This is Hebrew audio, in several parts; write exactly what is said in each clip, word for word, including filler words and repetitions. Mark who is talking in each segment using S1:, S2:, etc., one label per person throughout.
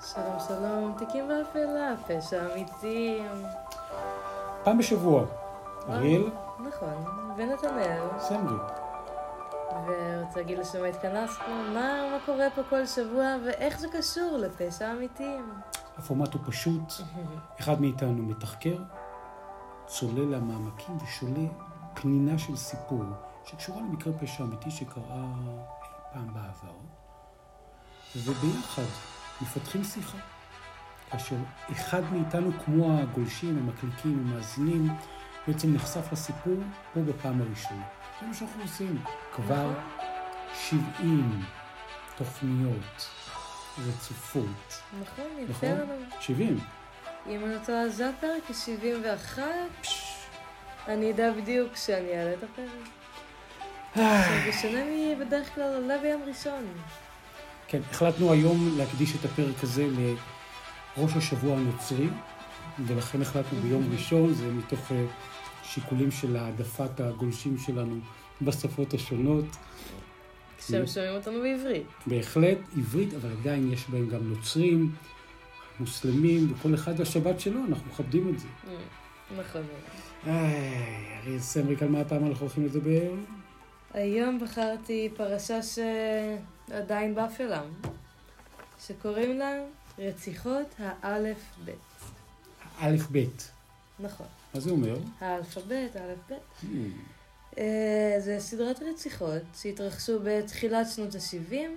S1: שלום שלום, תיקים באפלה, פשע אמיתי.
S2: פעם בשבוע, אריאל,
S1: נכון, ונתנאל.
S2: סמרי.
S1: ורוצה להגיד לשם התכנסנו, מה, מה קורה פה כל שבוע ואיך זה קשור לפשע אמיתי.
S2: הפורמט הוא פשוט, אחד מאיתנו מתחקר, צולל למעמקים ושולל פנינה של סיפור שקשורה למקרה פשע אמיתי שקרה פעם בעבר, וביחד מפתחים שיחה. כאשר אחד מאיתנו, כמו הגולשים, המקליקים, המאזינים, בעצם נחשף לסיפור פה בפעם הראשונה. זה מה שאנחנו עושים. כבר שבעים תוכניות רצופות.
S1: נכון, יפה לנו.
S2: שבעים.
S1: אם אני רוצה, זה הפרק ה-שבעים ואחת. אני אדע בדיוק כשאני אעלה את הפרק. עכשיו, בשונה מבדרך כלל עולה ביום ראשון.
S2: כן, החלטנו היום להקדיש את הפרק הזה לראש השבוע הנוצרי, ולכן החלטנו ביום ראשון, זה מתוך שיקולים של העדפת הגולשים שלנו בשפות השונות.
S1: כשהם שומעים אותנו בעברית.
S2: בהחלט עברית, אבל עדיין יש בהם גם נוצרים, מוסלמים, וכל אחד השבת שלו, אנחנו מכבדים את זה.
S1: נכון.
S2: איי, אריאל סמריק, על מה הפעם אנחנו הולכים לדבר?
S1: היום בחרתי פרשה שעדיין באפלה, שקוראים לה רציחות האלף בית.
S2: האלף בית.
S1: נכון.
S2: מה זה אומר?
S1: האלפבית, האלף בית. זה סדרת רציחות שהתרחשו בתחילת שנות ה-שבעים,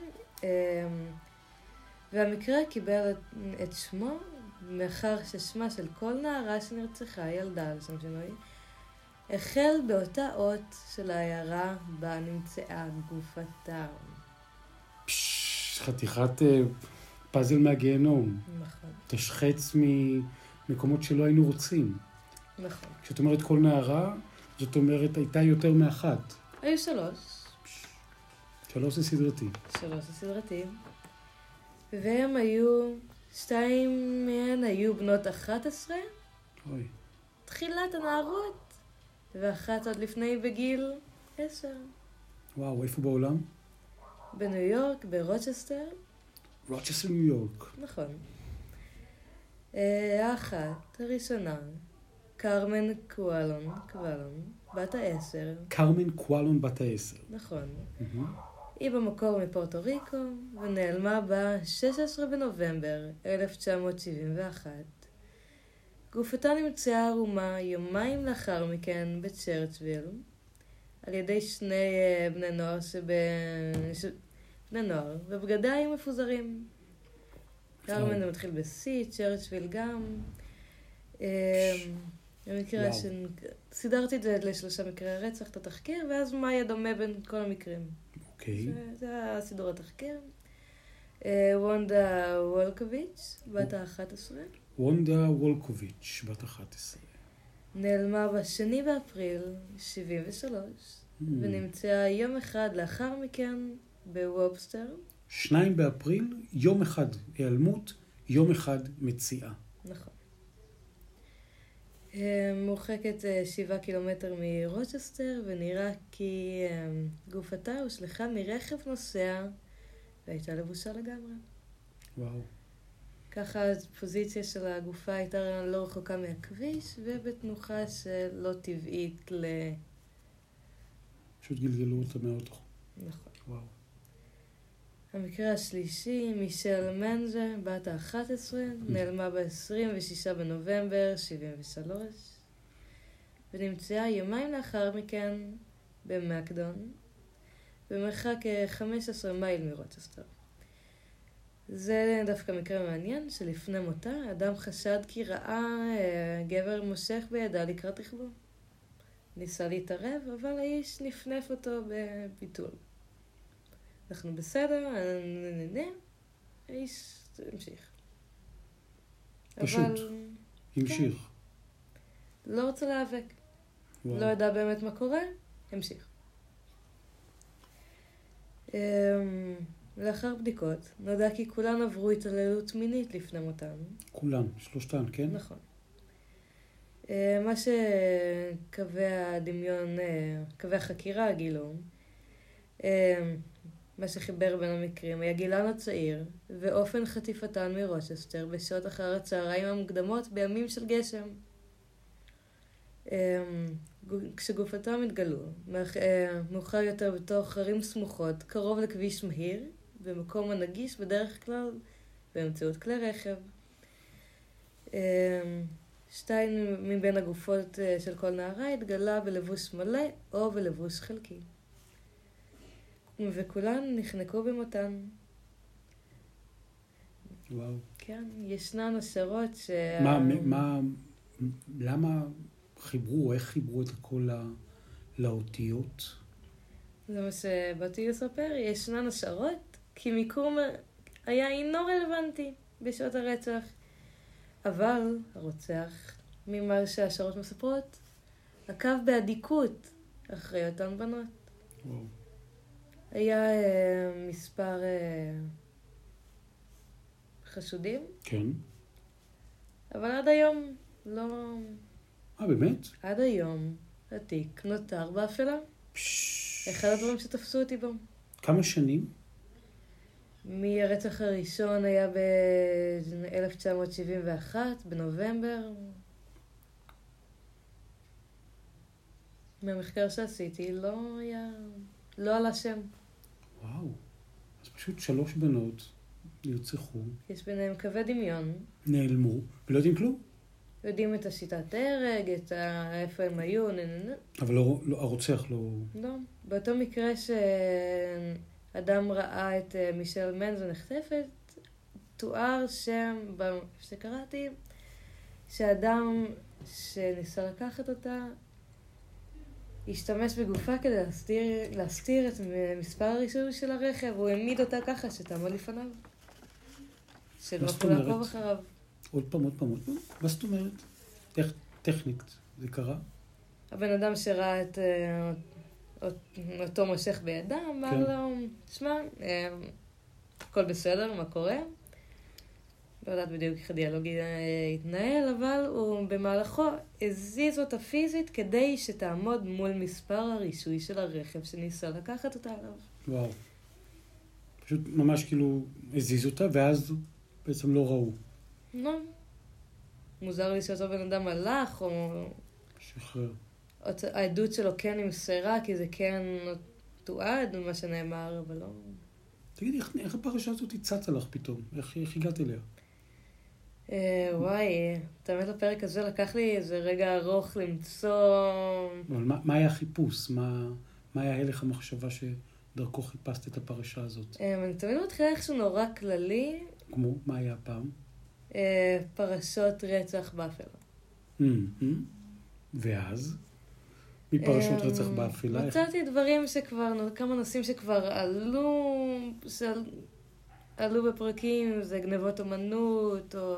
S1: והמקרה קיבל את שמו מאחר ששמה של כל נערה שנרצחה, ילדה לשם שינוי, החל באותה אות של העיירה בה נמצאה גופתה.
S2: פשש, חתיכת פאזל מהגיהנום.
S1: נכון.
S2: תשחץ ממקומות שלא היינו רוצים.
S1: נכון.
S2: כשאת אומרת כל נערה, זאת אומרת הייתה יותר מאחת.
S1: היו שלוש.
S2: שלוש זה סדרתי.
S1: שלוש זה סדרתי. והם היו, שתיים מהן היו בנות אחת עשרה.
S2: אוי.
S1: תחילת הנערות. ואחת עוד לפני בגיל עשר.
S2: וואו, איפה בעולם?
S1: בניו יורק, ברוצ'סטר.
S2: רוצ'סטר, ניו יורק.
S1: נכון. האחת, הראשונה, קרמן קואלון, קואלון, בת העשר.
S2: קרמן קואלון, בת העשר.
S1: נכון. היא במקור מפורטו ריקו, ונעלמה ב-שישה עשר בנובמבר אלף תשע מאות שבעים ואחת. גופתה נמצאה ערומה יומיים לאחר מכן בצ'רצ'וויל, על ידי שני uh, בני נוער שב... ש... בני נוער, ובגדיים מפוזרים. קרמן זה מתחיל ב-C, צ'רצ'וויל גם. במקרה ש... סידרתי את זה לשלושה מקרי רצח, את התחקיר, ואז מה היה דומה בין כל המקרים.
S2: אוקיי.
S1: זה היה סידור התחקיר. וונדה וולקוביץ', בת ה-אחת עשרה.
S2: וונדה וולקוביץ', בת אחת עשרה.
S1: נעלמה בשני באפריל שבעים ושלוש, ונמצאה יום אחד לאחר מכן בוובסטר.
S2: שניים באפריל, יום אחד היעלמות, יום אחד מציאה.
S1: נכון. מורחקת שבעה קילומטר מרוצ'סטר, ונראה כי גופתה הושלכה מרכב נוסע, והייתה לבושה לגמרי.
S2: וואו.
S1: ככה הפוזיציה של הגופה הייתה לא רחוקה מהכביש, ובתנוחה שלא טבעית ל...
S2: פשוט גלגלו אותה מהאוטו.
S1: נכון.
S2: וואו.
S1: המקרה השלישי, מישל מנג'ה, בת ה-אחת עשרה, נעלמה ב-עשרים ושישה בנובמבר שבעים ושלוש, ונמצאה יומיים לאחר מכן במקדון, במרחק חמישה עשר מייל מרוצ'סטר. זה דווקא מקרה מעניין, שלפני מותה, אדם חשד כי ראה אה, גבר מושך בידה לקראת רכבו. ניסה להתערב, אבל האיש נפנף אותו בביטול. אנחנו בסדר, האיש המשיך.
S2: פשוט,
S1: אבל...
S2: המשיך.
S1: כן. לא רוצה להיאבק.
S2: וואו.
S1: לא ידע באמת מה קורה, המשיך. לאחר בדיקות, נודע כי כולן עברו התעללות מינית לפני מותן.
S2: כולן, שלושתן, כן?
S1: נכון. מה שקווי הדמיון, קווי החקירה גילו, מה שחיבר בין המקרים היה גילן הצעיר, ואופן חטיפתן מרוצ'סטר בשעות אחר הצהריים המוקדמות בימים של גשם. כשגופתם התגלו, מאוחר יותר בתוך ערים סמוכות, קרוב לכביש מהיר, במקום הנגיש בדרך כלל באמצעות כלי רכב. שתיים מבין הגופות של כל נערה התגלה בלבוש מלא או בלבוש חלקי. וכולן נחנקו במותן.
S2: וואו.
S1: כן, ישנן השערות ש...
S2: מה, מה, למה חיברו, איך חיברו את הכל לאותיות?
S1: זה מה שבאתי לספר. ישנן השערות, כי מיקום היה אינו רלוונטי בשעות הרצח. אבל הרוצח, ממה שהשערות מספרות, עקב באדיקות אחרי אותן בנות.
S2: וואו.
S1: היה אה, מספר אה, חשודים.
S2: כן.
S1: אבל עד היום לא...
S2: אה, באמת?
S1: עד היום התיק נותר באפלה. אחד הדברים שתפסו אותי בו.
S2: כמה שנים?
S1: מהרצח הראשון היה ב-אלף תשע מאות שבעים ואחת, בנובמבר. מהמחקר שעשיתי לא היה... לא עלה שם.
S2: וואו. אז פשוט שלוש בנות נרצחו. יש
S1: ביניהם קווי דמיון.
S2: נעלמו, ולא יודעים כלום.
S1: יודעים את השיטת הרג, את ה... איפה הם היו, ננננ.
S2: אבל לא, לא, הרוצח לא...
S1: לא. באותו מקרה שאדם ראה את מישל מנז נחטפת, תואר שם, שקראתי, שאדם שניסה לקחת אותה, השתמש בגופה כדי להסתיר, להסתיר את מספר הרישוי של הרכב, הוא העמיד אותה ככה שתעמוד לפניו. שלא יכולו לעקוב אחריו.
S2: עוד פעם, עוד פעם, עוד פעם. מה זאת אומרת? איך טכנית זה קרה?
S1: הבן אדם שראה את אותו מושך בידה, אמר לו, שמע, הכל בסדר, מה קורה? לא יודעת בדיוק איך הדיאלוג התנהל, אבל הוא במהלכו הזיז אותה פיזית כדי שתעמוד מול מספר הרישוי של הרכב שניסה לקחת אותה עליו.
S2: וואו. פשוט ממש כאילו הזיז אותה, ואז בעצם לא ראו.
S1: לא. מוזר לי שאותו בן אדם הלך, או...
S2: שחרר.
S1: העדות שלו כן נמסרה, כי זה כן תועד, מה שנאמר, אבל לא...
S2: תגידי, איך, איך הפרשה הזאת צצה לך פתאום? איך, איך הגעת אליה?
S1: אה, וואי, תאמת לפרק הזה לקח לי איזה רגע ארוך למצוא...
S2: אבל מה, מה היה החיפוש? מה, מה היה הלך המחשבה שדרכו חיפשת את הפרשה הזאת?
S1: אה, אני תמיד מתחילה איכשהו נורא כללי.
S2: כמו? מה היה הפעם?
S1: אה, פרשות רצח באפלה.
S2: Mm-hmm. ואז? מפרשות רצח באפלה?
S1: מצאתי דברים שכבר, כמה נושאים שכבר עלו, שעלו בפרקים, זה גנבות אומנות, או...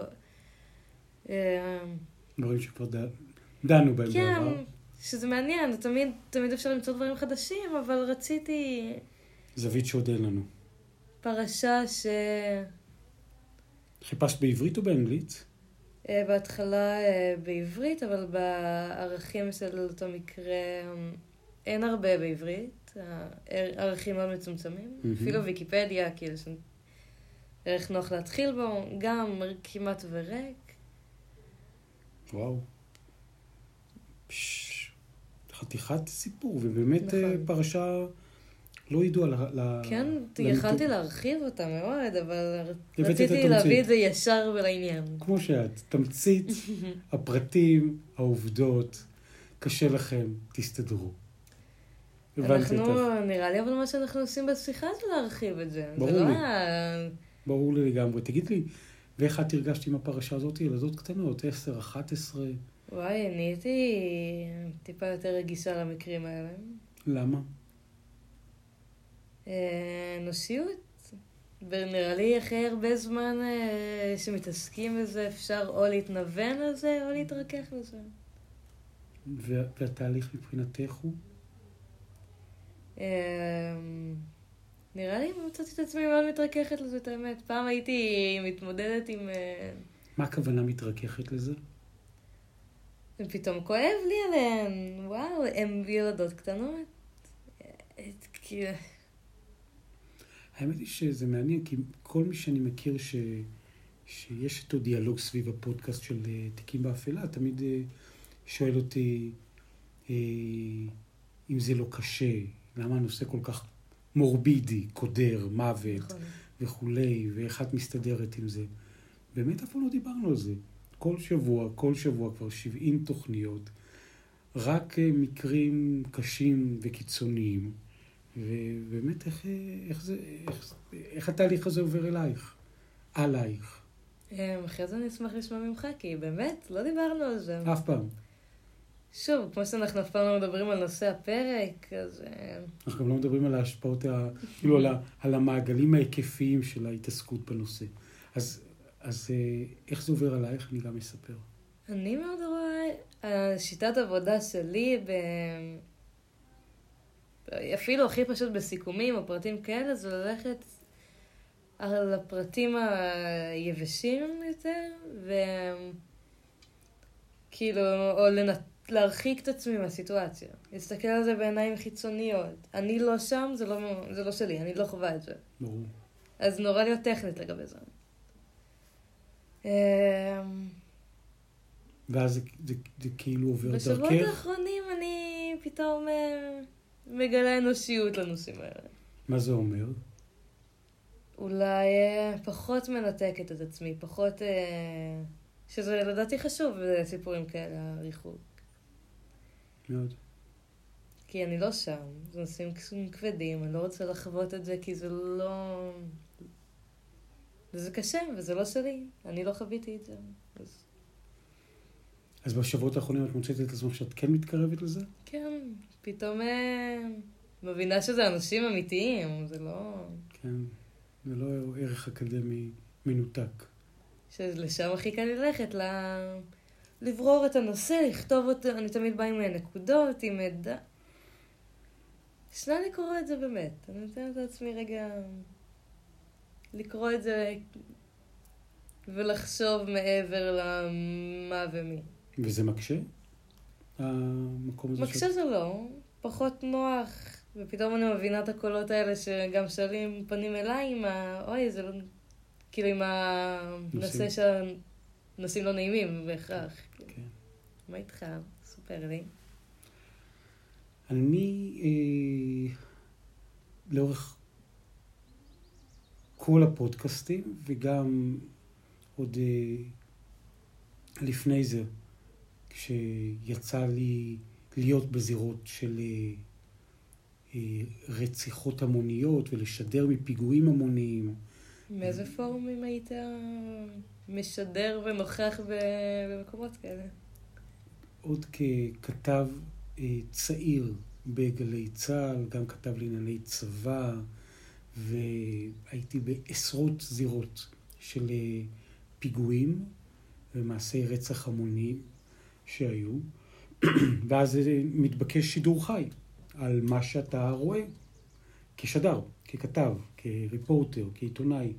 S2: דברים שכבר דנו בהם
S1: כן,
S2: בעבר.
S1: שזה מעניין, תמיד, תמיד אפשר למצוא דברים חדשים, אבל רציתי...
S2: זווית שעוד אין לנו.
S1: פרשה ש...
S2: חיפשת בעברית או באנגלית?
S1: בהתחלה בעברית, אבל בערכים של אותו מקרה אין הרבה בעברית. הערכים מאוד מצומצמים. Mm-hmm. אפילו ויקיפדיה, כאילו ערך נוח להתחיל בו, גם כמעט וריק.
S2: וואו. פש... חתיכת סיפור, ובאמת נכון. פרשה לא ידוע ל...
S1: כן, יכלתי להרחיב אותה מאוד, אבל רציתי להביא את זה ישר ולעניין.
S2: כמו שאת, תמצית, הפרטים, העובדות, קשה לכם, תסתדרו.
S1: אנחנו, נראה לי, אבל מה שאנחנו עושים בשיחה זה להרחיב את זה.
S2: ברור
S1: זה
S2: לי.
S1: לא...
S2: ברור לי לגמרי. תגיד לי, ואיך את הרגשת עם הפרשה הזאת? ילדות קטנות, עשר, אחת עשרה?
S1: וואי, אני הייתי טיפה יותר רגישה למקרים האלה.
S2: למה?
S1: אנושיות. ונראה לי אחרי הרבה זמן שמתעסקים בזה, אפשר או להתנוון על זה, או להתרכך לזה.
S2: והתהליך מבחינתך הוא?
S1: נראה לי מצאתי את עצמי מאוד מתרככת לזה, את האמת. פעם הייתי מתמודדת עם...
S2: מה הכוונה מתרככת לזה?
S1: פתאום כואב לי עליהן. וואו, הן ילדות קטנות. כאילו...
S2: האמת היא שזה מעניין, כי כל מי שאני מכיר ש... שיש איתו דיאלוג סביב הפודקאסט של תיקים באפלה, תמיד שואל אותי אם זה לא קשה, למה הנושא כל כך מורבידי, קודר, מוות נכון. וכולי, ואיך את מסתדרת עם זה. באמת אף לא דיברנו על זה. כל שבוע, כל שבוע כבר שבעים תוכניות, רק מקרים קשים וקיצוניים, ובאמת איך, איך, זה, איך, איך התהליך הזה עובר אלייך, עלייך.
S1: אחרי זה אני אשמח לשמוע ממך, כי באמת לא דיברנו על זה.
S2: אף פעם.
S1: שוב, כמו שאנחנו אף פעם לא מדברים על נושא הפרק, אז...
S2: אנחנו גם לא מדברים על ההשפעות, כאילו על, על המעגלים ההיקפיים של ההתעסקות בנושא. אז, אז איך זה עובר עלייך? אני גם אספר.
S1: אני מאוד רואה, השיטת עבודה שלי, ב... אפילו הכי פשוט בסיכומים או פרטים כאלה, זה ללכת על הפרטים היבשים יותר, וכאילו, או לנת... להרחיק את עצמי מהסיטואציה. להסתכל על זה בעיניים חיצוניות. אני לא שם, זה לא, זה לא שלי, אני לא חווה את זה.
S2: ברור.
S1: אז נורא להיות טכנית לגבי זה.
S2: ואז זה, זה, זה כאילו עובר דרכך?
S1: בשבועות האחרונים אני פתאום מגלה אנושיות לנושאים האלה.
S2: מה זה אומר?
S1: אולי פחות מנתקת את עצמי, פחות... שזה לדעתי חשוב בסיפורים כאלה, הריחוק.
S2: מאוד.
S1: כי אני לא שם, זה נושאים כבדים, אני לא רוצה לחוות את זה כי זה לא... זה קשה וזה לא שלי, אני לא חוויתי את זה. אז,
S2: אז בשבועות האחרונים את מוצאת את עצמך שאת כן מתקרבת לזה?
S1: כן, פתאום מבינה שזה אנשים אמיתיים, זה לא...
S2: כן, זה לא ערך אקדמי מנותק.
S1: שלשם הכי קל ללכת, ל... לברור את הנושא, לכתוב אותו, אני תמיד באה עם נקודות, עם מידע. שנה לקרוא את זה באמת, אני נותנת לעצמי רגע לקרוא את זה ולחשוב מעבר למה ומי.
S2: וזה מקשה? המקום הזה
S1: מקשה שאת... זה לא, פחות נוח, ופתאום אני מבינה את הקולות האלה שגם שואלים פנים אליי עם ה... אוי, זה לא... כאילו עם הנושא שהנושאים לא נעימים בהכרח.
S2: כן.
S1: מה איתך? סופר לי.
S2: אני אה, לאורך כל הפודקאסטים, וגם עוד אה, לפני זה, כשיצא לי להיות בזירות של אה, אה, רציחות המוניות ולשדר מפיגועים המוניים,
S1: מאיזה פורומים היית משדר ונוכח במקומות כאלה?
S2: עוד ככתב צעיר בגלי צה"ל, גם כתב לענייני צבא, והייתי בעשרות זירות של פיגועים ומעשי רצח המונים שהיו, ואז מתבקש שידור חי על מה שאתה רואה כשדר, ככתב, כריפורטר, כעיתונאי.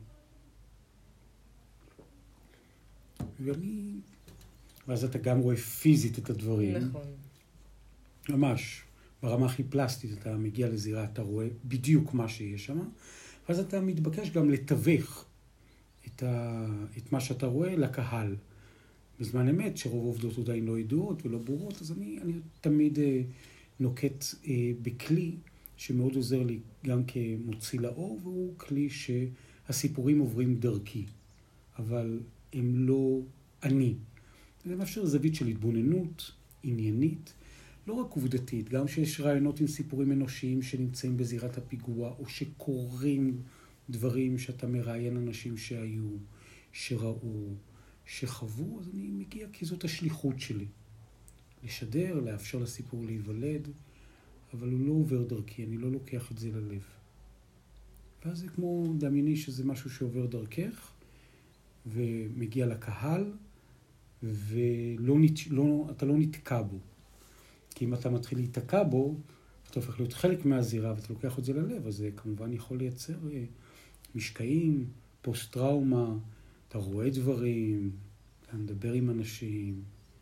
S2: ואני... ואז אתה גם רואה פיזית את הדברים.
S1: נכון.
S2: ממש, ברמה הכי פלסטית אתה מגיע לזירה, אתה רואה בדיוק מה שיש שם, ואז אתה מתבקש גם לתווך את, ה... את מה שאתה רואה לקהל. בזמן אמת, שרוב העובדות עדיין לא ידועות ולא ברורות, אז אני, אני תמיד אה, נוקט אה, בכלי, שמאוד עוזר לי גם כמוציא לאור, והוא כלי שהסיפורים עוברים דרכי, אבל הם לא אני. זה מאפשר זווית של התבוננות, עניינית, לא רק עובדתית, גם שיש רעיונות עם סיפורים אנושיים שנמצאים בזירת הפיגוע, או שקורים דברים שאתה מראיין אנשים שהיו, שראו, שחוו, אז אני מגיע כי זאת השליחות שלי. לשדר, לאפשר לסיפור להיוולד, אבל הוא לא עובר דרכי, אני לא לוקח את זה ללב. ואז זה כמו דמייני שזה משהו שעובר דרכך, ומגיע לקהל, ואתה לא, לא נתקע בו. כי אם אתה מתחיל להתקע בו, אתה הופך להיות חלק מהזירה, ואתה לוקח את זה ללב, אז זה כמובן יכול לייצר משקעים, פוסט-טראומה, אתה רואה דברים, אתה מדבר עם אנשים,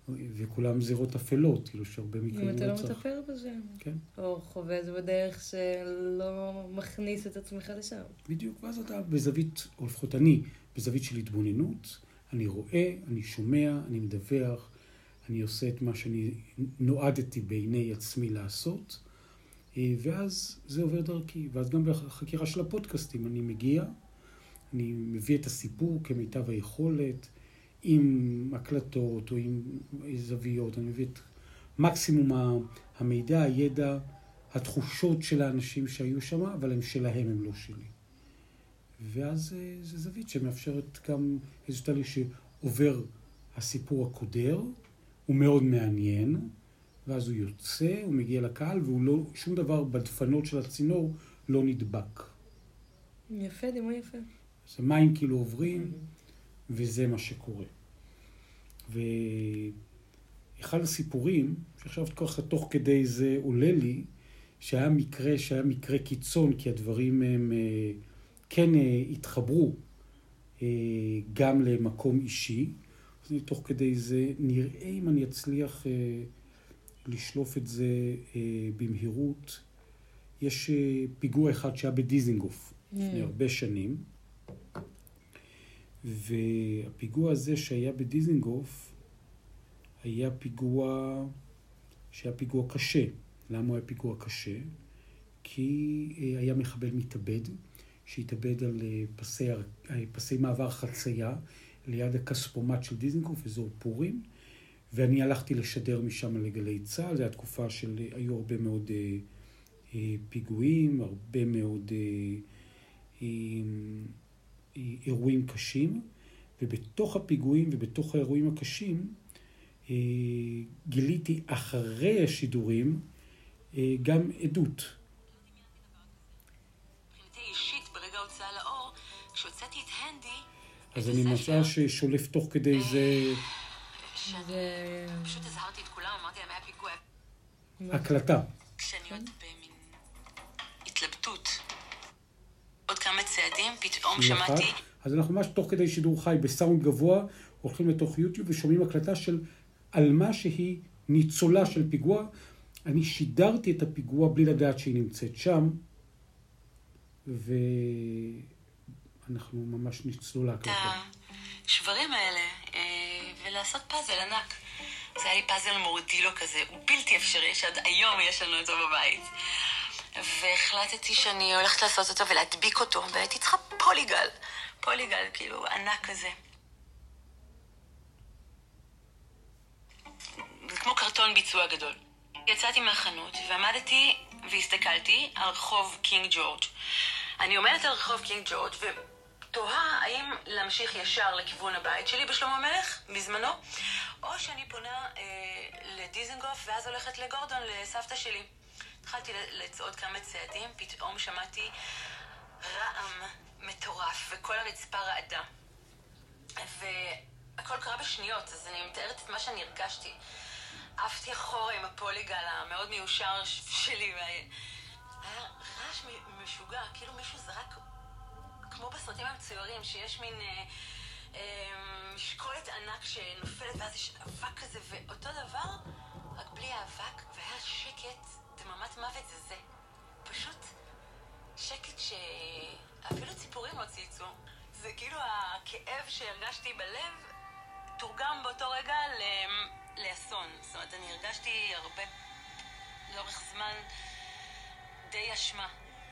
S2: וכולם זירות אפלות, כאילו שהרבה מקרים
S1: אם אתה לא מטפל בזה.
S2: כן.
S1: או חווה את זה בדרך שלא מכניס את עצמך לשם.
S2: בדיוק, ואז אתה בזווית, או לפחות אני, בזווית של התבוננות, אני רואה, אני שומע, אני מדווח, אני עושה את מה שאני נועדתי בעיני עצמי לעשות, ואז זה עובר דרכי. ואז גם בחקירה של הפודקאסטים אני מגיע, אני מביא את הסיפור כמיטב היכולת, עם הקלטות או עם זוויות, אני מביא את מקסימום המידע, הידע, התחושות של האנשים שהיו שם, אבל הם שלהם, הם לא שלי. ואז זה זווית שמאפשרת גם איזו תהליך שעובר הסיפור הקודר, הוא מאוד מעניין, ואז הוא יוצא, הוא מגיע לקהל, והוא לא, שום דבר בדפנות של הצינור לא נדבק.
S1: יפה, דימוי יפה.
S2: אז המים כאילו עוברים, וזה מה שקורה. ואחד הסיפורים, שעכשיו ככה תוך כדי זה עולה לי, שהיה מקרה, שהיה מקרה קיצון, כי הדברים הם כן התחברו גם למקום אישי. אז תוך כדי זה נראה אם אני אצליח לשלוף את זה במהירות. יש פיגוע אחד שהיה בדיזינגוף לפני הרבה שנים, והפיגוע הזה שהיה בדיזינגוף היה פיגוע שהיה פיגוע קשה. למה הוא היה פיגוע קשה? כי היה מחבל מתאבד שהתאבד על פסי, פסי מעבר חצייה ליד הכספומט של דיזינגוף, אזור פורים, ואני הלכתי לשדר משם לגלי צה"ל. זו התקופה של, היו הרבה מאוד אה, אה, פיגועים, הרבה מאוד אה, אה, אה, אירועים קשים, ובתוך הפיגועים ובתוך האירועים הקשים אה, גיליתי אחרי השידורים אה, גם עדות.
S3: מבחינתי אישית, ברגע ההוצאה לאור, כשהוצאתי את הנדי,
S2: אז אני משל ששולף תוך כדי זה...
S3: פשוט הזהרתי את כולם, אמרתי להם, היה פיגוע.
S2: הקלטה.
S3: כשאני עוד במין התלבטות, עוד כמה צעדים, פתאום שמעתי...
S2: אז אנחנו ממש תוך כדי שידור חי בסאונד גבוה, הולכים לתוך יוטיוב ושומעים הקלטה של על מה שהיא ניצולה של פיגוע. אני שידרתי את הפיגוע בלי לדעת שהיא נמצאת שם, ואנחנו ממש ניצלו להקלטה.
S3: השברים האלה, ולעשות פאזל ענק. זה היה לי פאזל מורדילו כזה, הוא בלתי אפשרי, שעד היום יש לנו אותו בבית. והחלטתי שאני הולכת לעשות אותו ולהדביק אותו, והייתי צריכה פוליגל, פוליגל, כאילו ענק כזה. זה כמו קרטון ביצוע גדול. יצאתי מהחנות ועמדתי והסתכלתי על רחוב קינג ג'ורג'. אני עומדת על רחוב קינג ג'ורג' ותוהה האם להמשיך ישר לכיוון הבית שלי בשלמה המלך, בזמנו, או שאני פונה אה, לדיזנגוף ואז הולכת לגורדון, לסבתא שלי. התחלתי לצעוד כמה צעדים, פתאום שמעתי רעם מטורף וכל הרצפה רעדה. והכל קרה בשניות, אז אני מתארת את מה שאני הרגשתי. עפתי אחורה עם הפוליגל המאוד מיושר שלי, והיה רעש משוגע, כאילו מישהו זרק, כמו בסרטים המצוירים, שיש מין אה, אה, משקולת ענק שנופלת, ואז יש אבק כזה, ואותו דבר, רק בלי האבק, והיה שקט, דממת מוות זה זה. פשוט שקט שאפילו ציפורים לא צייצו. זה כאילו הכאב שהרגשתי בלב, תורגם באותו רגע ל... לאסון. זאת אומרת, אני הרגשתי הרבה, לאורך זמן, די אשמה.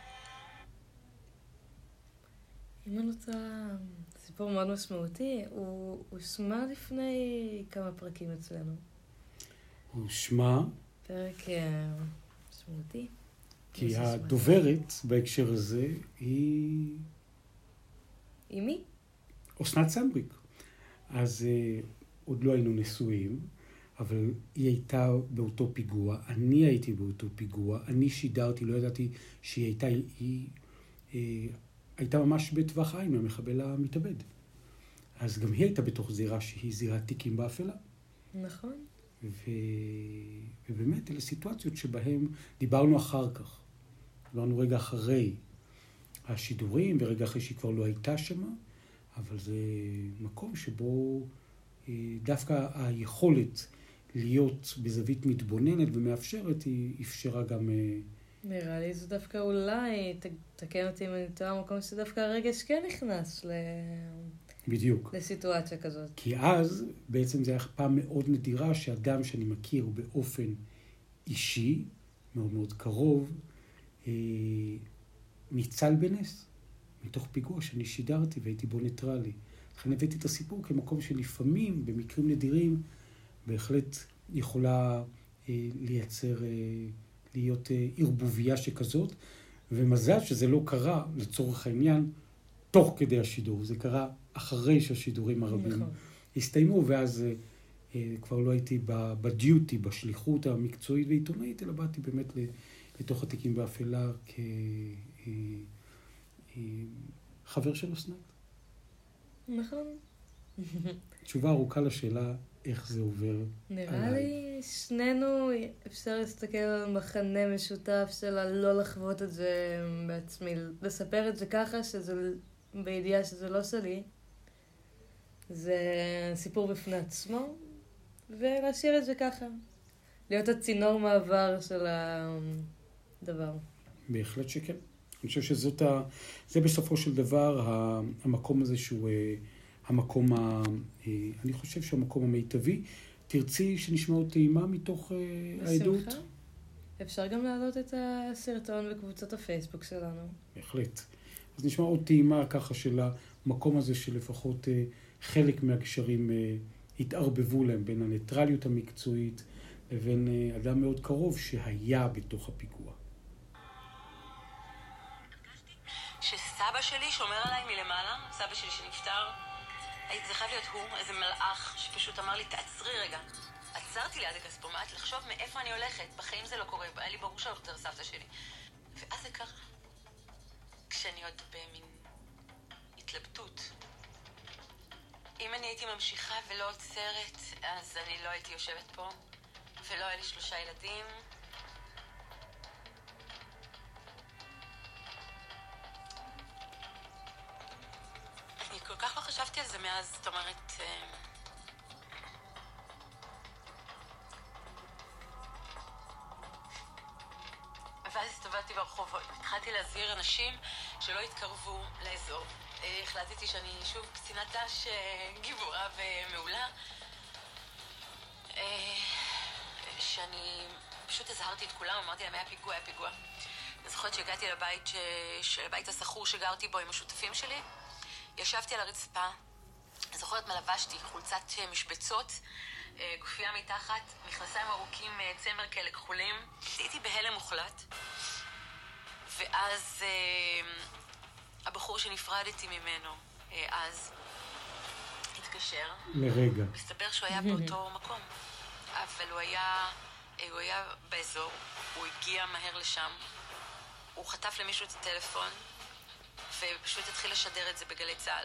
S1: אם אני רוצה, סיפור מאוד משמעותי, הוא הושמע לפני כמה פרקים אצלנו.
S2: הוא הושמע?
S1: פרק משמעותי.
S2: כי הדוברת בהקשר הזה היא...
S1: היא מי?
S2: אסנת סנדריק. אז uh, עוד לא היינו נשואים, אבל היא הייתה באותו פיגוע, אני הייתי באותו פיגוע, אני שידרתי, לא ידעתי שהיא הייתה, היא, היא, היא הייתה ממש בטווח עין מהמחבל המתאבד. אז גם היא הייתה בתוך זירה שהיא זירת תיקים באפלה.
S1: נכון.
S2: ו... ובאמת, אלה סיטואציות שבהן דיברנו אחר כך. דיברנו רגע אחרי השידורים, ורגע אחרי שהיא כבר לא הייתה שמה, אבל זה מקום שבו דווקא היכולת להיות בזווית מתבוננת ומאפשרת, היא אפשרה גם...
S1: נראה לי זה דווקא אולי, תקן אותי אם אני טועה, מקום שדווקא הרגש כן נכנס ל...
S2: בדיוק.
S1: לסיטואציה כזאת.
S2: כי אז בעצם זה היה פעם מאוד נדירה שאדם שאני מכיר באופן אישי, מאוד מאוד קרוב, אה, ניצל בנס, מתוך פיגוע שאני שידרתי והייתי בו ניטרלי. לכן הבאתי את הסיפור כמקום שלפעמים, במקרים נדירים, בהחלט יכולה אה, לייצר, אה, להיות אה, ערבוביה שכזאת, ומזל שזה לא קרה, לצורך העניין, תוך כדי השידור. זה קרה אחרי שהשידורים הרבים נכון. הסתיימו, ואז אה, כבר לא הייתי בדיוטי, בשליחות המקצועית ועיתונאית, אלא באתי באמת לתוך התיקים באפלה כחבר של אסנת.
S1: נכון.
S2: תשובה ארוכה לשאלה איך זה עובר
S1: נראה
S2: עליי.
S1: לי שנינו אפשר להסתכל על מחנה משותף של לא לחוות את זה בעצמי, לספר את זה ככה שזה בידיעה שזה לא שלי. זה סיפור בפני עצמו, ולהשאיר את זה ככה. להיות הצינור מעבר של הדבר.
S2: בהחלט שכן. אני חושב שזאת ה... זה בסופו של דבר המקום הזה שהוא המקום ה... אני חושב שהמקום המיטבי. תרצי שנשמע עוד טעימה מתוך העדות?
S1: בשמחה. אפשר גם להעלות את הסרטון בקבוצת הפייסבוק שלנו.
S2: בהחלט. אז נשמע עוד טעימה ככה של המקום הזה שלפחות חלק מהקשרים התערבבו להם בין הניטרליות המקצועית לבין אדם מאוד קרוב שהיה בתוך הפיגוע.
S3: שסבא שלי שומר עליי מלמעלה, סבא שלי שנפטר, זה חייב להיות הוא, איזה מלאך שפשוט אמר לי, תעצרי רגע. עצרתי ליד הכספומט לחשוב מאיפה אני הולכת, בחיים זה לא קורה, היה לי ברור שאני הולכת לסבתא שלי. ואז זה קרה. כשאני עוד במין התלבטות. אם אני הייתי ממשיכה ולא עוצרת, אז אני לא הייתי יושבת פה, ולא היה לי שלושה ילדים. אני כל כך לא חשבתי על זה מאז, זאת אומרת... ואז הסתובבתי ברחובות, התחלתי להזהיר אנשים שלא יתקרבו לאזור. החלטתי שאני שוב קצינת ת"ש גיבורה ומעולה. שאני פשוט הזהרתי את כולם, אמרתי להם, היה פיגוע, היה פיגוע. אני זוכרת שהגעתי לבית, ש... לבית הסחור שגרתי בו עם השותפים שלי. ישבתי על הרצפה, אני זוכרת מה לבשתי, חולצת משבצות, גופייה מתחת, מכנסיים ארוכים, צמר כאלה כחולים. הייתי בהלם מוחלט. ואז הבחור שנפרדתי ממנו אז התקשר.
S2: לרגע.
S3: מסתבר שהוא היה באותו מקום. אבל הוא היה, הוא היה באזור, הוא הגיע מהר לשם. הוא חטף למישהו את הטלפון, ופשוט התחיל לשדר את זה בגלי צהל.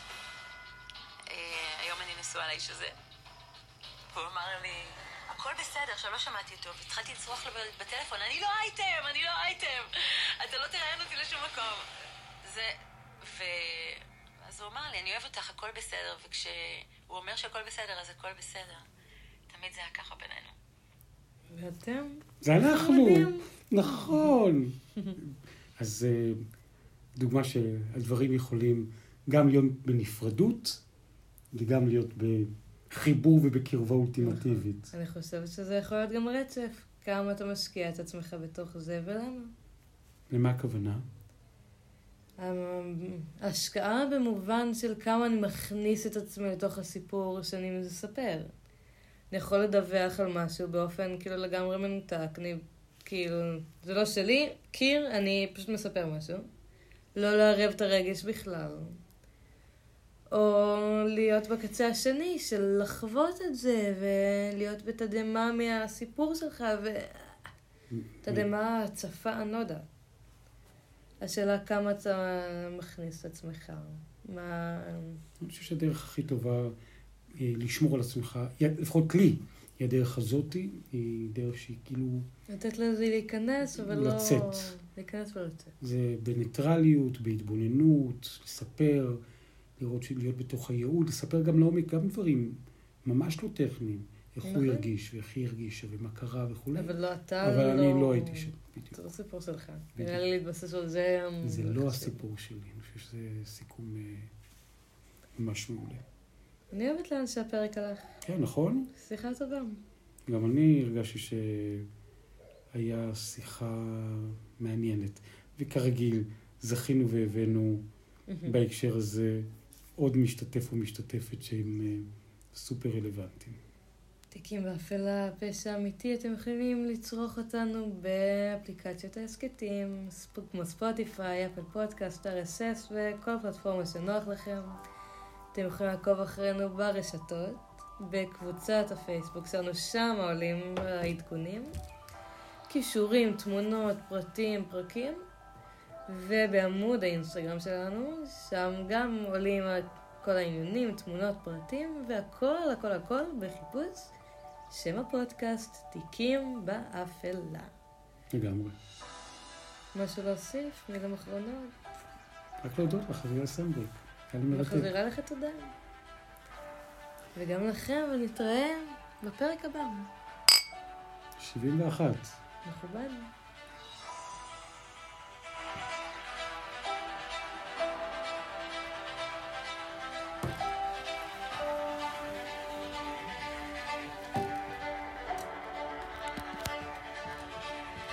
S3: היום אני נשואה לאיש הזה. הוא אמר לי, הכל בסדר, עכשיו לא שמעתי אותו, והתחלתי לצרוח לו בטלפון, אני לא אייטם, אני לא אייטם, אתה לא תראיין אותי לשום מקום. זה, ו... אז הוא אמר לי, אני אוהב אותך, הכל בסדר, וכשהוא אומר שהכל בסדר, אז הכל בסדר. תמיד זה היה ככה בינינו.
S1: ואתם?
S2: זה אנחנו, נכון. אז דוגמה שהדברים יכולים גם להיות בנפרדות, וגם להיות בחיבור ובקרבה אולטימטיבית.
S1: אני חושבת שזה יכול להיות גם רצף. כמה אתה משקיע את עצמך בתוך זה ולמה?
S2: למה הכוונה?
S1: ההשקעה במובן של כמה אני מכניס את עצמי לתוך הסיפור שאני מספר. אני יכול לדווח על משהו באופן כאילו לגמרי מנותק. אני כאילו, זה לא שלי, קיר, אני פשוט מספר משהו. לא לערב את הרגש בכלל. או להיות בקצה השני של לחוות את זה, ולהיות בתדמה מהסיפור שלך, ותדמה הצפה, אני לא יודעת. השאלה כמה אתה מכניס את עצמך. מה...
S2: אני חושב שהדרך הכי טובה לשמור על עצמך, לפחות לי, היא הדרך הזאת, היא דרך שהיא כאילו...
S1: לתת לזה להיכנס, אבל לא...
S2: לצאת.
S1: להיכנס ולצאת.
S2: זה בניטרליות, בהתבוננות, לספר, לראות להיות בתוך הייעוד, לספר גם לעומק, גם דברים ממש לא טכניים, איך הוא הרגיש, ואיך היא הרגישה, ומה קרה וכולי.
S1: אבל לא אתה,
S2: אבל אני לא הייתי שם, בדיוק.
S1: זה לא סיפור שלך. נראה לי להתבסס על זה.
S2: זה לא הסיפור שלי, אני חושב שזה סיכום ממש מעולה.
S1: אני אוהבת לאן שהפרק הלך.
S2: כן, נכון?
S1: שיחה טובה.
S2: גם אני הרגשתי שהיה שיחה מעניינת. וכרגיל, זכינו והבאנו בהקשר הזה עוד משתתף או משתתפת שהם סופר רלוונטיים.
S1: תיקים באפלה, פשע אמיתי, אתם יכולים לצרוך אותנו באפליקציות ההסקטים, כמו ספוטיפיי, אפל פודקאסט, אר אס אס וכל פלטפורמה שנוח לכם. אתם יכולים לעקוב אחרינו ברשתות, בקבוצת הפייסבוק שלנו, שם עולים העדכונים, קישורים, תמונות, פרטים, פרקים, ובעמוד האינסטגרם שלנו, שם גם עולים כל העניינים, תמונות, פרטים, והכל, הכל, הכל בחיפוש שם הפודקאסט, תיקים באפלה.
S2: לגמרי.
S1: משהו להוסיף? מילים אחרונות?
S2: רק להודות לך, חבילה סנדברג.
S1: מחזירה לך תודה. וגם לכם, ונתראה בפרק הבא.
S2: שבעים ואחת.
S1: מכובד.